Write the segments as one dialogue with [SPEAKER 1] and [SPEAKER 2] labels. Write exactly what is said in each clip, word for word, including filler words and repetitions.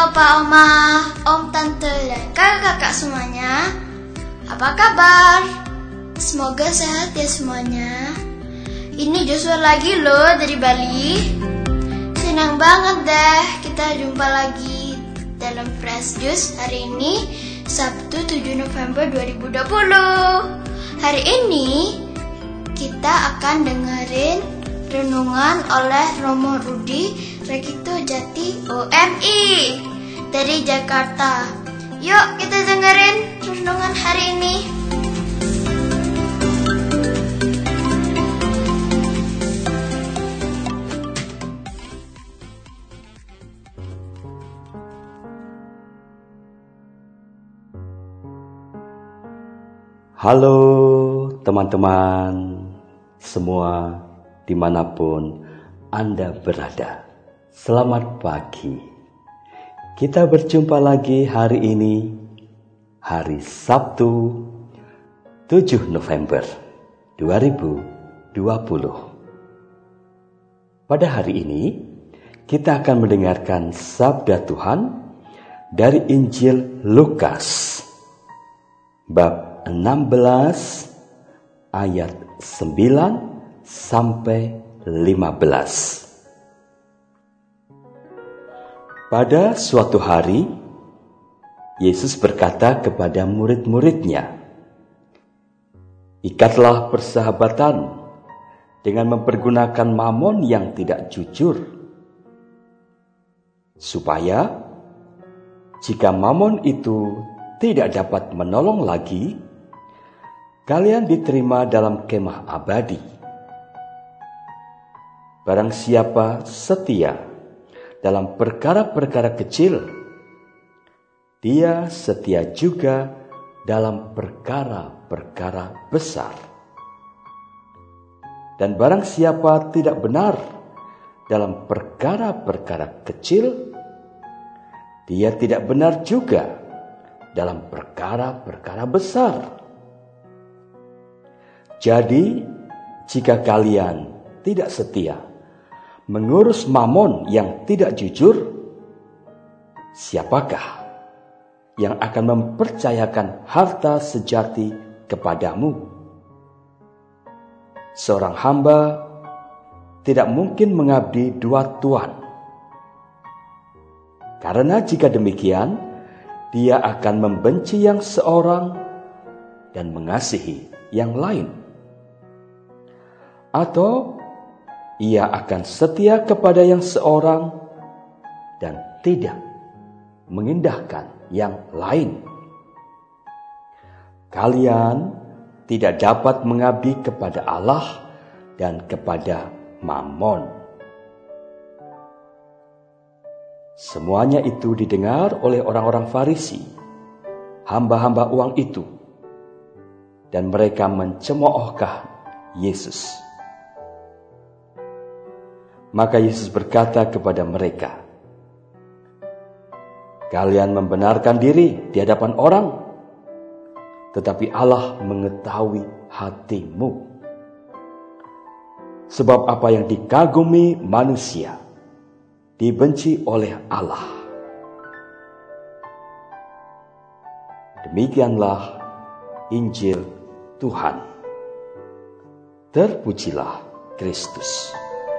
[SPEAKER 1] Opa, Oma, Om, Tante, dan kakak-kakak semuanya. Apa kabar? Semoga sehat ya semuanya. Ini Joshua lagi loh dari Bali. Senang banget deh kita jumpa lagi dalam Fresh Juice hari ini, Sabtu tujuh November dua ribu dua puluh. Hari ini kita akan dengerin renungan oleh Romo Rudi Rekito Jati O M I dari Jakarta. Yuk kita dengerin renungan hari ini.
[SPEAKER 2] Halo teman-teman semua dimanapun Anda berada. Selamat pagi. Kita berjumpa lagi hari ini, hari Sabtu tujuh November dua ribu dua puluh. Pada hari ini kita akan mendengarkan sabda Tuhan dari Injil Lukas bab enam belas ayat sembilan sampai lima belas. Pada suatu hari, Yesus berkata kepada murid-muridnya, "Ikatlah persahabatan dengan mempergunakan mamon yang tidak jujur, supaya jika mamon itu tidak dapat menolong lagi, kalian diterima dalam kemah abadi. Barang siapa setia dalam perkara-perkara kecil, dia setia juga dalam perkara-perkara besar. Dan barang siapa tidak benar dalam perkara-perkara kecil, dia tidak benar juga dalam perkara-perkara besar. Jadi, jika kalian tidak setia mengurus mamon yang tidak jujur, siapakah yang akan mempercayakan harta sejati kepadamu? Seorang hamba tidak mungkin mengabdi dua tuan. Karena jika demikian, dia akan membenci yang seorang dan mengasihi yang lain. Atau ia akan setia kepada yang seorang dan tidak mengindahkan yang lain. Kalian tidak dapat mengabdi kepada Allah dan kepada Mammon." Semuanya itu didengar oleh orang-orang Farisi, hamba-hamba uang itu, dan mereka mencemoohkan Yesus. Maka Yesus berkata kepada mereka, "Kalian membenarkan diri di hadapan orang, tetapi Allah mengetahui hatimu. Sebab apa yang dikagumi manusia, dibenci oleh Allah." Demikianlah Injil Tuhan. Terpujilah Kristus.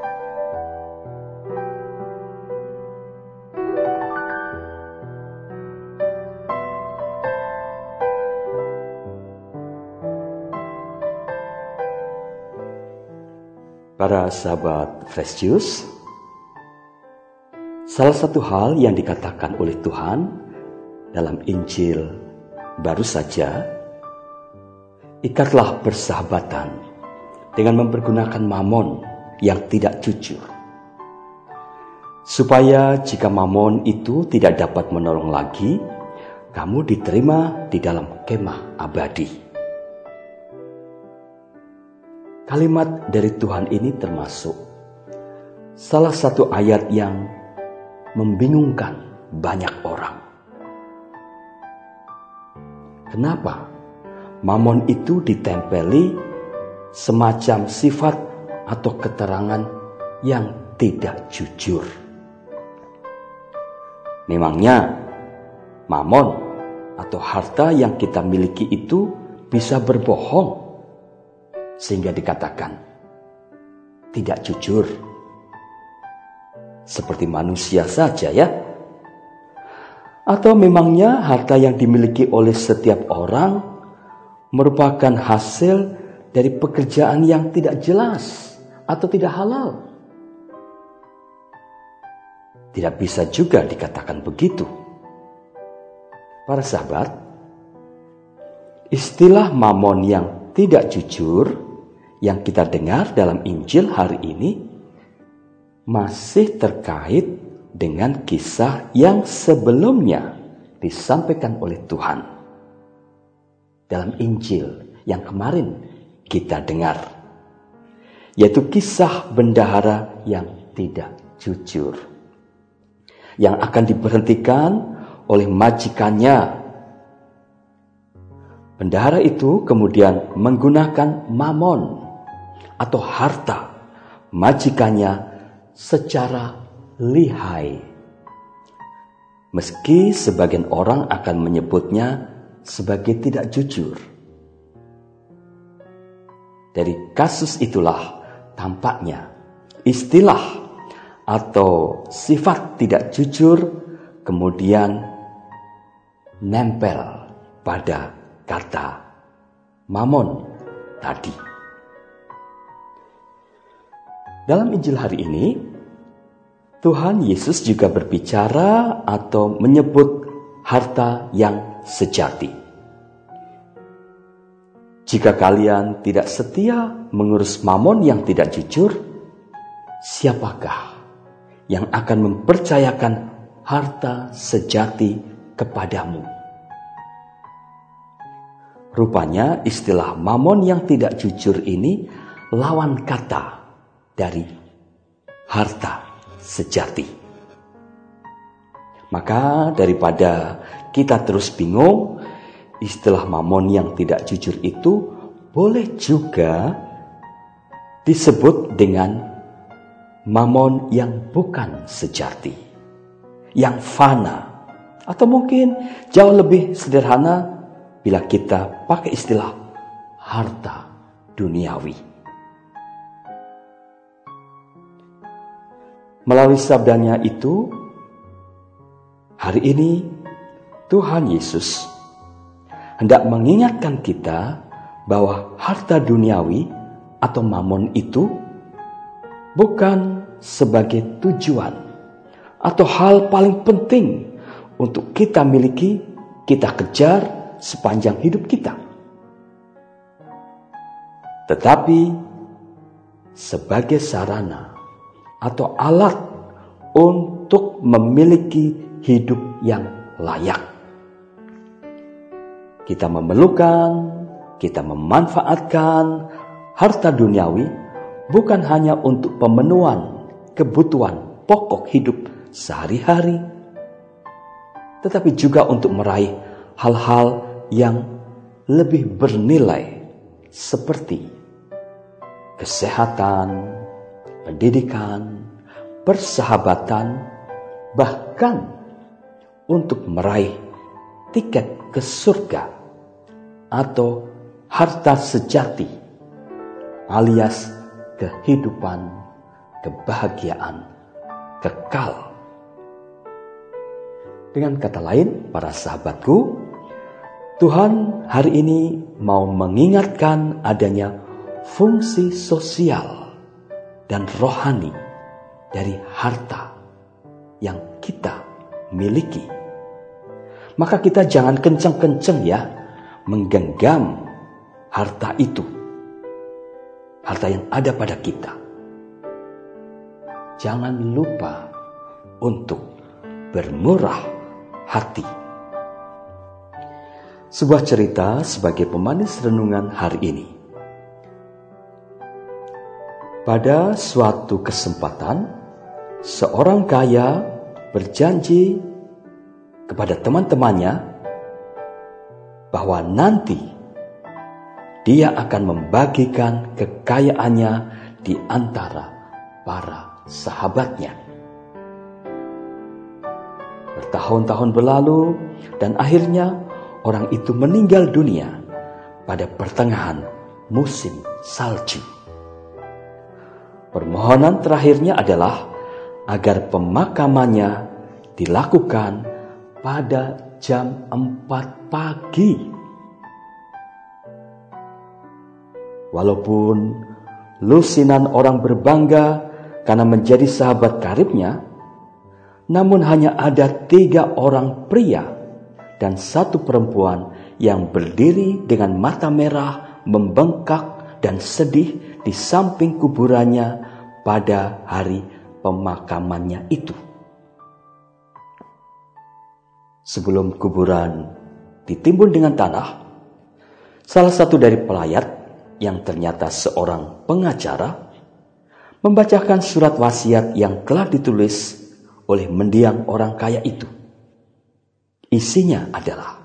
[SPEAKER 2] Para sahabat Fresh Juice, salah satu hal yang dikatakan oleh Tuhan dalam Injil baru saja, ikatlah persahabatan dengan mempergunakan mamon yang tidak jujur, supaya jika mamon itu tidak dapat menolong lagi, kamu diterima di dalam kemah abadi. Kalimat dari Tuhan ini termasuk salah satu ayat yang membingungkan banyak orang. Kenapa mamon itu ditempeli semacam sifat atau keterangan yang tidak jujur? Memangnya mamon atau harta yang kita miliki itu bisa berbohong sehingga dikatakan tidak jujur? Seperti manusia saja ya? Atau memangnya harta yang dimiliki oleh setiap orang merupakan hasil dari pekerjaan yang tidak jelas atau tidak halal? Tidak bisa juga dikatakan begitu. Para sahabat, istilah mamon yang tidak jujur yang kita dengar dalam Injil hari ini masih terkait dengan kisah yang sebelumnya disampaikan oleh Tuhan dalam Injil yang kemarin kita dengar, yaitu kisah bendahara yang tidak jujur, yang akan diberhentikan oleh majikannya. Bendahara itu kemudian menggunakan mamon atau harta majikannya secara lihai. Meski sebagian orang akan menyebutnya sebagai tidak jujur. Dari kasus itulah tampaknya istilah atau sifat tidak jujur kemudian nempel pada kata mamon tadi. Dalam Injil hari ini, Tuhan Yesus juga berbicara atau menyebut harta yang sejati. Jika kalian tidak setia mengurus mamon yang tidak jujur, siapakah yang akan mempercayakan harta sejati kepadamu? Rupanya istilah mamon yang tidak jujur ini lawan kata dari harta sejati. Maka daripada kita terus bingung, istilah mamon yang tidak jujur itu boleh juga disebut dengan mamon yang bukan sejati, yang fana, atau mungkin jauh lebih sederhana bila kita pakai istilah harta duniawi. Melalui sabdanya itu, hari ini Tuhan Yesus hendak mengingatkan kita bahwa harta duniawi atau mamon itu bukan sebagai tujuan atau hal paling penting untuk kita miliki, kita kejar sepanjang hidup kita. Tetapi sebagai sarana atau alat untuk memiliki hidup yang layak. Kita memerlukan, kita memanfaatkan harta duniawi bukan hanya untuk pemenuhan kebutuhan pokok hidup sehari-hari, tetapi juga untuk meraih hal-hal yang lebih bernilai seperti kesehatan, pendidikan, persahabatan, bahkan untuk meraih tiket ke surga atau harta sejati alias kehidupan, kebahagiaan kekal. Dengan kata lain, para sahabatku, Tuhan hari ini mau mengingatkan adanya fungsi sosial dan rohani dari harta yang kita miliki. Maka kita jangan kenceng-kenceng ya menggenggam harta itu, harta yang ada pada kita. Jangan lupa untuk bermurah hati. Sebuah cerita sebagai pemanis renungan hari ini. Pada suatu kesempatan, seorang kaya berjanji kepada teman-temannya bahwa nanti dia akan membagikan kekayaannya di antara para sahabatnya. Bertahun-tahun berlalu dan akhirnya orang itu meninggal dunia pada pertengahan musim salju. Permohonan terakhirnya adalah agar pemakamannya dilakukan pada jam empat pagi. Walaupun lusinan orang berbangga karena menjadi sahabat karibnya, namun hanya ada tiga orang pria dan satu perempuan yang berdiri dengan mata merah, membengkak dan sedih di samping kuburannya pada hari pemakamannya itu. Sebelum kuburan ditimbun dengan tanah, salah satu dari pelayat yang ternyata seorang pengacara membacakan surat wasiat yang telah ditulis oleh mendiang orang kaya itu. Isinya adalah,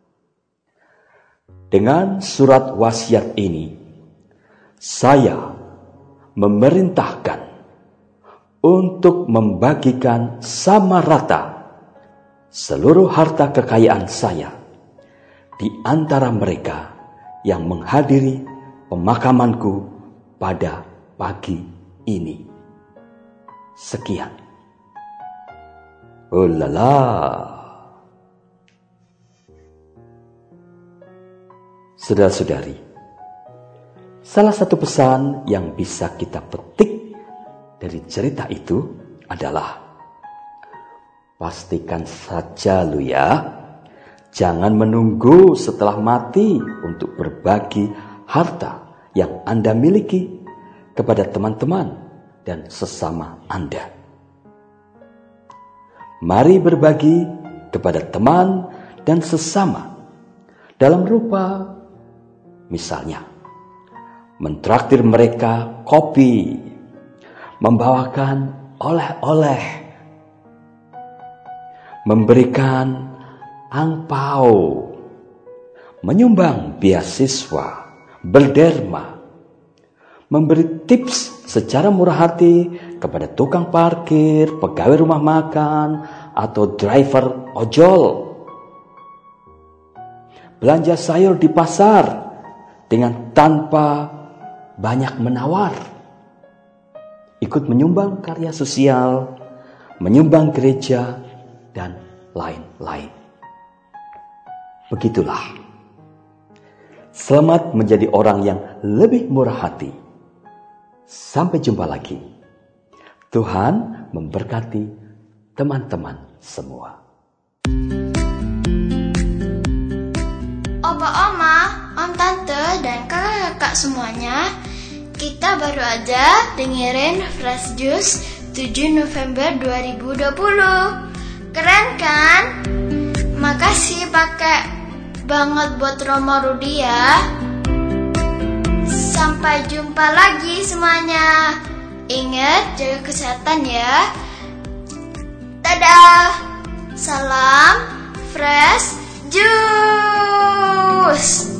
[SPEAKER 2] dengan surat wasiat ini, saya memerintahkan untuk membagikan sama rata seluruh harta kekayaan saya di antara mereka yang menghadiri pemakamanku pada pagi ini. Sekian. Oh lala. Saudara-saudari, salah satu pesan yang bisa kita petik dari cerita itu adalah, pastikan saja lu ya, jangan menunggu setelah mati untuk berbagi harta yang Anda miliki kepada teman-teman dan sesama Anda. Mari berbagi kepada teman dan sesama dalam rupa, misalnya, mentraktir mereka kopi, membawakan oleh-oleh, memberikan angpau, menyumbang beasiswa, berderma, memberi tips secara murah hati kepada tukang parkir, pegawai rumah makan, atau driver ojol. Belanja sayur di pasar dengan tanpa banyak menawar. Ikut menyumbang karya sosial, menyumbang gereja, dan lain-lain. Begitulah. Selamat menjadi orang yang lebih murah hati. Sampai jumpa lagi. Tuhan memberkati teman-teman semua.
[SPEAKER 1] Opa-oma, om tante, dan kakak-kakak semuanya, kita baru aja dengerin Fresh Juice tujuh November dua ribu dua puluh. Keren kan? Makasih pakai banget buat Romo Rudi ya. Sampai jumpa lagi semuanya. Ingat jaga kesehatan ya. Dadah. Salam Fresh Juice.